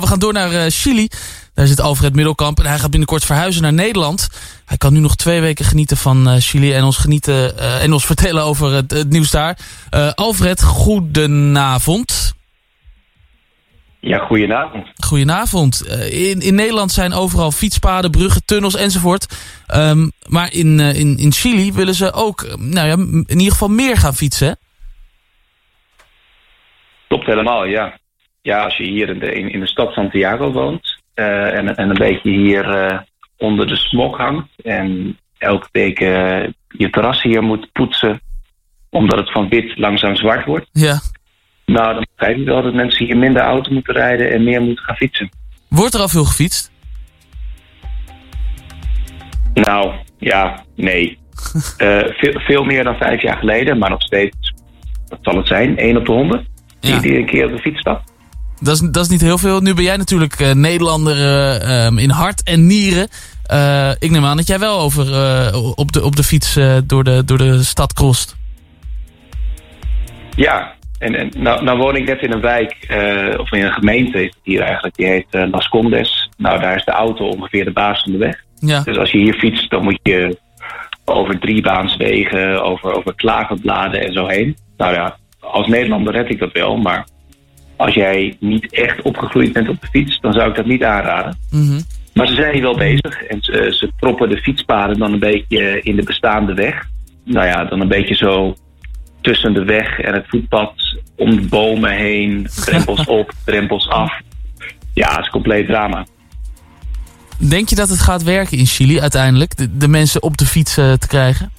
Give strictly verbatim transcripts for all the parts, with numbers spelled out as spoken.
We gaan door naar uh, Chili. Daar zit Alfred Middelkamp en hij gaat binnenkort verhuizen naar Nederland. Hij kan nu nog twee weken genieten van uh, Chili en ons, genieten, uh, en ons vertellen over het, het nieuws daar. Uh, Alfred, goedenavond. Ja, goedenavond. Goedenavond. Uh, in, in Nederland zijn overal fietspaden, bruggen, tunnels enzovoort. Um, maar in, uh, in, in Chili willen ze ook uh, nou ja, in ieder geval meer gaan fietsen, hè? Klopt helemaal, ja. Ja, als je hier in de, in, in de stad Santiago woont uh, en, en een beetje hier uh, onder de smog hangt en elke week uh, je terras hier moet poetsen omdat het van wit langzaam zwart wordt. Ja. Nou, dan begrijp je wel dat mensen hier minder auto moeten rijden en meer moeten gaan fietsen. Wordt er al veel gefietst? Nou, ja, nee. uh, veel, veel meer dan vijf jaar geleden, maar nog steeds, wat zal het zijn, één op de honderd die, Ja. die een keer op de fiets stapt. Dat is, dat is niet heel veel. Nu ben jij natuurlijk uh, Nederlander uh, um, in hart en nieren. Uh, ik neem aan dat jij wel over uh, op, de, op de fiets uh, door, de, door de stad crost. Ja, en, en nou, nou woon ik net in een wijk, uh, of in een gemeente is het hier eigenlijk, die heet uh, Las Condes. Nou, daar is de auto ongeveer de baas van de weg. Ja. Dus als je hier fietst, dan moet je over driebaanswegen, over, over klaverbladen en zo heen. Nou ja, als Nederlander red ik dat wel, maar als jij niet echt opgegroeid bent op de fiets, dan zou ik dat niet aanraden. Mm-hmm. Maar ze zijn hier wel bezig en ze, ze proppen de fietspaden dan een beetje in de bestaande weg. Nou ja, dan een beetje zo tussen de weg en het voetpad, om de bomen heen, drempels op, drempels af. Ja, het is compleet drama. Denk je dat het gaat werken in Chili uiteindelijk? De, de mensen op de fiets uh, te krijgen?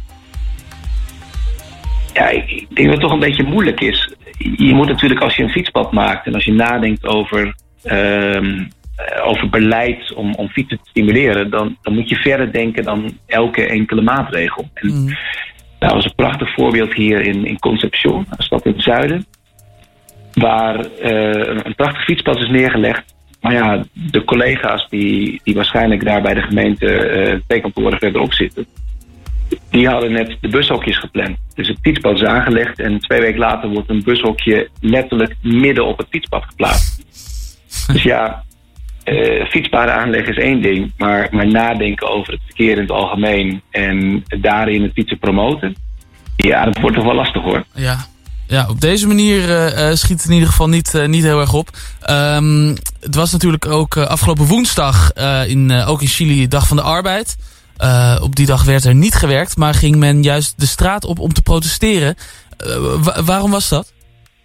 Ja, ik, ik denk dat het toch een beetje moeilijk is. Je moet natuurlijk, als je een fietspad maakt en als je nadenkt over, um, over beleid om, om fietsen te stimuleren, dan, dan moet je verder denken dan elke enkele maatregel. En, Mm. nou, dat is een prachtig voorbeeld hier in, in Concepción, een stad in het zuiden, waar uh, een, een prachtig fietspad is neergelegd. Maar ja, de collega's die, die waarschijnlijk daar bij de gemeente uh, twee kantoren verderop zitten, die hadden net de bushokjes gepland. Dus het fietspad is aangelegd en twee weken later wordt een bushokje letterlijk midden op het fietspad geplaatst. Dus ja, uh, fietspaden aanleggen is één ding, maar, maar nadenken over het verkeer in het algemeen en daarin het fietsen promoten, ja, dat wordt toch wel lastig hoor. Ja. Ja, op deze manier uh, schiet het in ieder geval niet, uh, niet heel erg op. Um, het was natuurlijk ook uh, afgelopen woensdag, uh, in, uh, ook in Chili, Dag van de Arbeid. Uh, op die dag werd er niet gewerkt, maar ging men juist de straat op om te protesteren. Uh, wa- waarom was dat?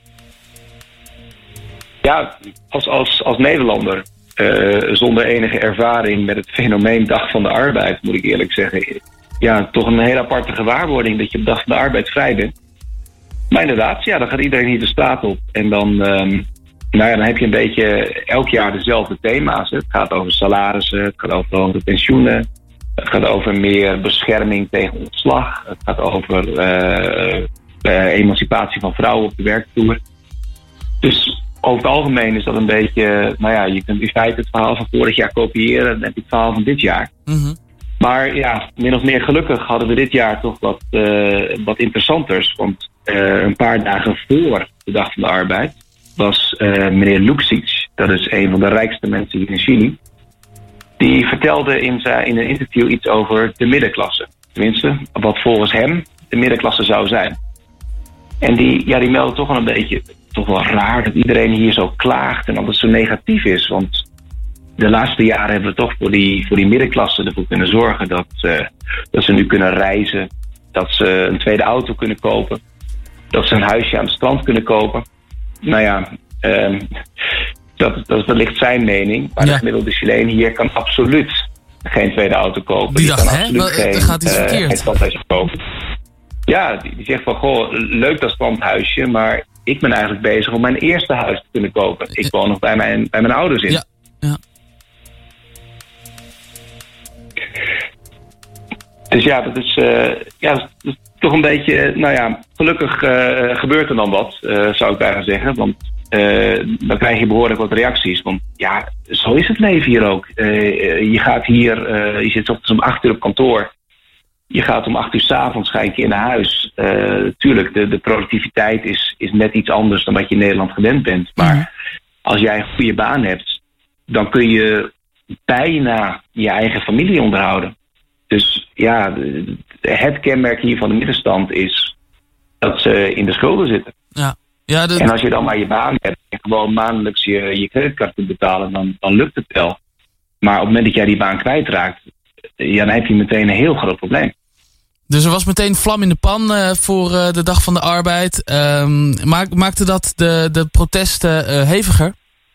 Ja, als, als, als Nederlander, uh, zonder enige ervaring met het fenomeen Dag van de Arbeid, moet ik eerlijk zeggen. Ja, toch een hele aparte gewaarwording dat je op Dag van de Arbeid vrij bent. Maar inderdaad, ja, dan gaat iedereen hier de straat op. En dan, um, nou ja, dan heb je een beetje elk jaar dezelfde thema's. Het gaat over salarissen, het gaat over hogere pensioenen. Het gaat over meer bescherming tegen ontslag. Het gaat over uh, uh, emancipatie van vrouwen op de werkvloer. Dus over het algemeen is dat een beetje, nou ja, je kunt in feite het verhaal van vorig jaar kopiëren. Dan heb je het verhaal van dit jaar. Mm-hmm. Maar ja, min of meer gelukkig hadden we dit jaar toch wat, uh, wat interessanters. Want uh, een paar dagen voor de Dag van de Arbeid was uh, meneer Luksic, dat is een van de rijkste mensen hier in Chili, die vertelde in, zijn, in een interview iets over de middenklasse. Tenminste, wat volgens hem de middenklasse zou zijn. En die, ja, die meldde toch wel een beetje, toch wel raar dat iedereen hier zo klaagt en dat het zo negatief is. Want de laatste jaren hebben we toch voor die, voor die middenklasse ervoor kunnen zorgen dat, uh, dat ze nu kunnen reizen, dat ze een tweede auto kunnen kopen, dat ze een huisje aan het strand kunnen kopen. Nou ja, uh, dat, dat is wellicht zijn mening, maar ja, de gemiddelde Chileen hier kan absoluut geen tweede auto kopen. Die, die dacht, kan hè? absoluut Wel, geen, gaat iets uh, verkeerd. geen strandhuisje kopen. Ja, die, die zegt van, goh, leuk dat strandhuisje, maar ik ben eigenlijk bezig om mijn eerste huis te kunnen kopen. Ik woon nog bij mijn, bij mijn ouders in. Ja, ja. Dus ja, dat is, uh, ja, dat is toch een beetje, nou ja, gelukkig uh, gebeurt er dan wat, uh, zou ik bijna zeggen. Want uh, dan krijg je behoorlijk wat reacties. Want ja, zo is het leven hier ook. Uh, je gaat hier, uh, je zit ochtends om acht uur op kantoor. Je gaat om acht uur 's avonds ga je naar huis. Uh, tuurlijk, de, de productiviteit is, is net iets anders dan wat je in Nederland gewend bent. Maar mm. als jij een goede baan hebt, dan kun je bijna je eigen familie onderhouden. Dus ja, het kenmerk hier van de middenstand is dat ze in de schulden zitten. Ja. Ja, de... En als je dan maar je baan hebt en gewoon maandelijks je, je creditcard kunt betalen, dan, dan lukt het wel. Maar op het moment dat jij die baan kwijtraakt, ja, dan heb je meteen een heel groot probleem. Dus er was meteen vlam in de pan uh, voor uh, de Dag van de Arbeid. Um, maak, maakte dat de, de protesten uh, heviger?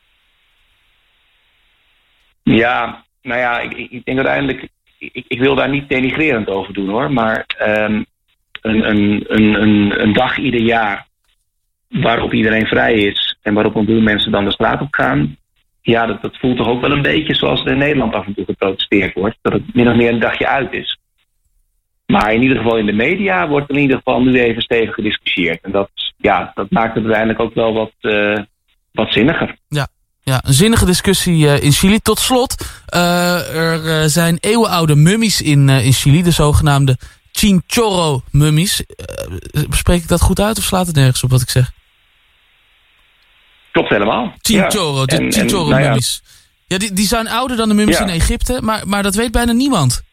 Ja, nou ja, ik, ik denk uiteindelijk... Ik, ik wil daar niet denigrerend over doen hoor. Maar um, een, een, een, een, een dag ieder jaar waarop iedereen vrij is en waarop een boel mensen dan de straat op gaan, ja, dat, dat voelt toch ook wel een beetje zoals er in Nederland af en toe geprotesteerd wordt. Dat het min of meer een dagje uit is. Maar in ieder geval in de media wordt er in ieder geval nu even stevig gediscussieerd. En dat, ja, dat maakt het uiteindelijk ook wel wat, uh, wat zinniger. Ja. Ja, een zinnige discussie uh, in Chili. Tot slot, uh, er uh, zijn eeuwenoude mummies in, uh, in Chili, de zogenaamde Chinchorro-mummies. Uh, spreek ik dat goed uit of slaat het nergens op wat ik zeg? Klopt helemaal. Chinchorro, ja. de Chinchorro-mummies. Nou ja. ja, die, die zijn ouder dan de mummies ja. in Egypte, maar, maar dat weet bijna niemand.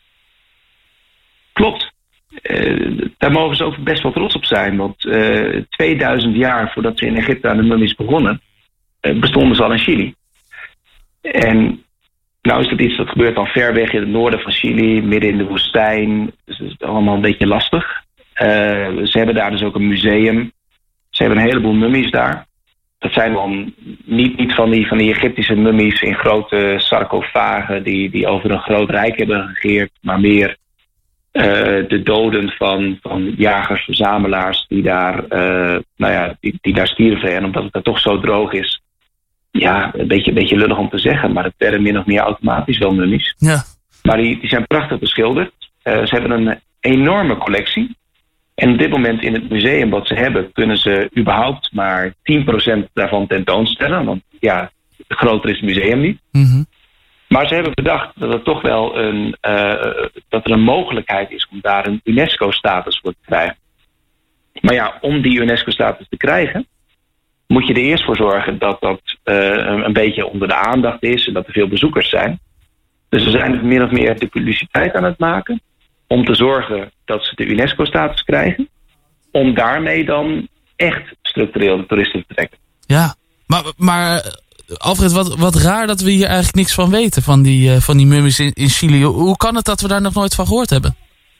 Klopt. Uh, daar mogen ze ook best wel trots op zijn, want uh, tweeduizend jaar voordat ze in Egypte aan de mummies begonnen, bestonden ze al in Chili. En nou is dat iets dat gebeurt dan ver weg in het noorden van Chili, midden in de woestijn. Dus dat is allemaal een beetje lastig. Uh, ze hebben daar dus ook een museum. Ze hebben een heleboel mummies daar. Dat zijn dan niet, niet van, die, van die Egyptische mummies in grote sarcofagen die, die over een groot rijk hebben geregeerd, maar meer uh, de doden van, van jagers, verzamelaars die daar, uh, nou ja, die, die daar stierven. En omdat het daar toch zo droog is, ja, een beetje, een beetje lullig om te zeggen, maar het werden min of meer automatisch wel mummies. Ja. Maar die, die zijn prachtig beschilderd. Uh, ze hebben een enorme collectie. En op dit moment in het museum wat ze hebben, kunnen ze überhaupt maar tien procent daarvan tentoonstellen. Want ja, groter is het museum niet. Mm-hmm. Maar ze hebben bedacht dat er toch wel een, uh, dat er een mogelijkheid is om daar een UNESCO-status voor te krijgen. Maar ja, om die UNESCO-status te krijgen, moet je er eerst voor zorgen dat dat uh, een beetje onder de aandacht is en dat er veel bezoekers zijn. Dus ze zijn min of meer de publiciteit aan het maken om te zorgen dat ze de UNESCO-status krijgen, om daarmee dan echt structureel de toeristen te trekken. Ja, maar, maar Alfred, wat, wat raar dat we hier eigenlijk niks van weten, van die, uh, van die mummies in, in Chili. Hoe kan het dat we daar nog nooit van gehoord hebben?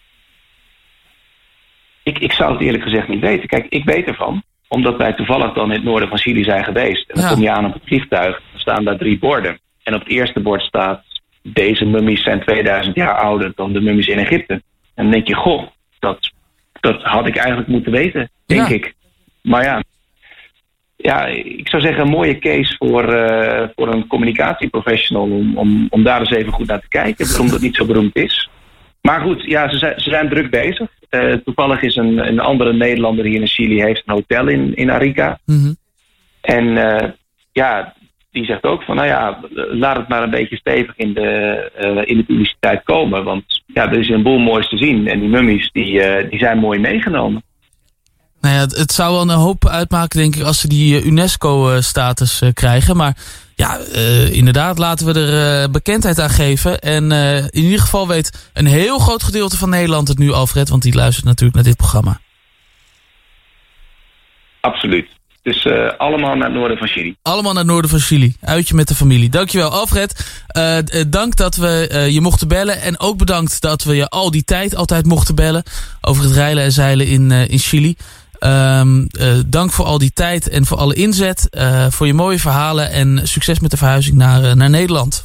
Ik, ik zou het eerlijk gezegd niet weten. Kijk, ik weet ervan, omdat wij toevallig dan in het noorden van Chili zijn geweest. En dan ja. kom je aan op het vliegtuig, er staan daar drie borden. En op het eerste bord staat, deze mummies zijn tweeduizend jaar ouder dan de mummies in Egypte. En dan denk je, goh, dat, dat had ik eigenlijk moeten weten, denk ja. ik. Maar ja, ja, ik zou zeggen een mooie case voor, uh, voor een communicatieprofessional om, om, om daar eens even goed naar te kijken, waarom dat niet zo beroemd is. Maar goed, ja, ze zijn, ze zijn druk bezig. Uh, toevallig is een, een andere Nederlander hier in Chili, heeft een hotel in, in Arica. Mm-hmm. En uh, ja, die zegt ook van, nou ja, laat het maar een beetje stevig in de, uh, in de publiciteit komen. Want ja, er is een boel moois te zien. En die mummies, die, uh, die zijn mooi meegenomen. Nou ja, het, het zou wel een hoop uitmaken, denk ik, als ze die UNESCO-status uh, krijgen. Maar ja, uh, inderdaad, laten we er uh, bekendheid aan geven. En uh, in ieder geval weet een heel groot gedeelte van Nederland het nu, Alfred. Want die luistert natuurlijk naar dit programma. Absoluut. Dus uh, allemaal naar het noorden van Chili. Allemaal naar het noorden van Chili. Uitje met de familie. Dankjewel, Alfred. Uh, dank dat we uh, je mochten bellen. En ook bedankt dat we je al die tijd altijd mochten bellen. Over het reilen en zeilen in, uh, in Chili. Um, uh, dank voor al die tijd en voor alle inzet. Uh, voor je mooie verhalen. En succes met de verhuizing naar, uh, naar Nederland.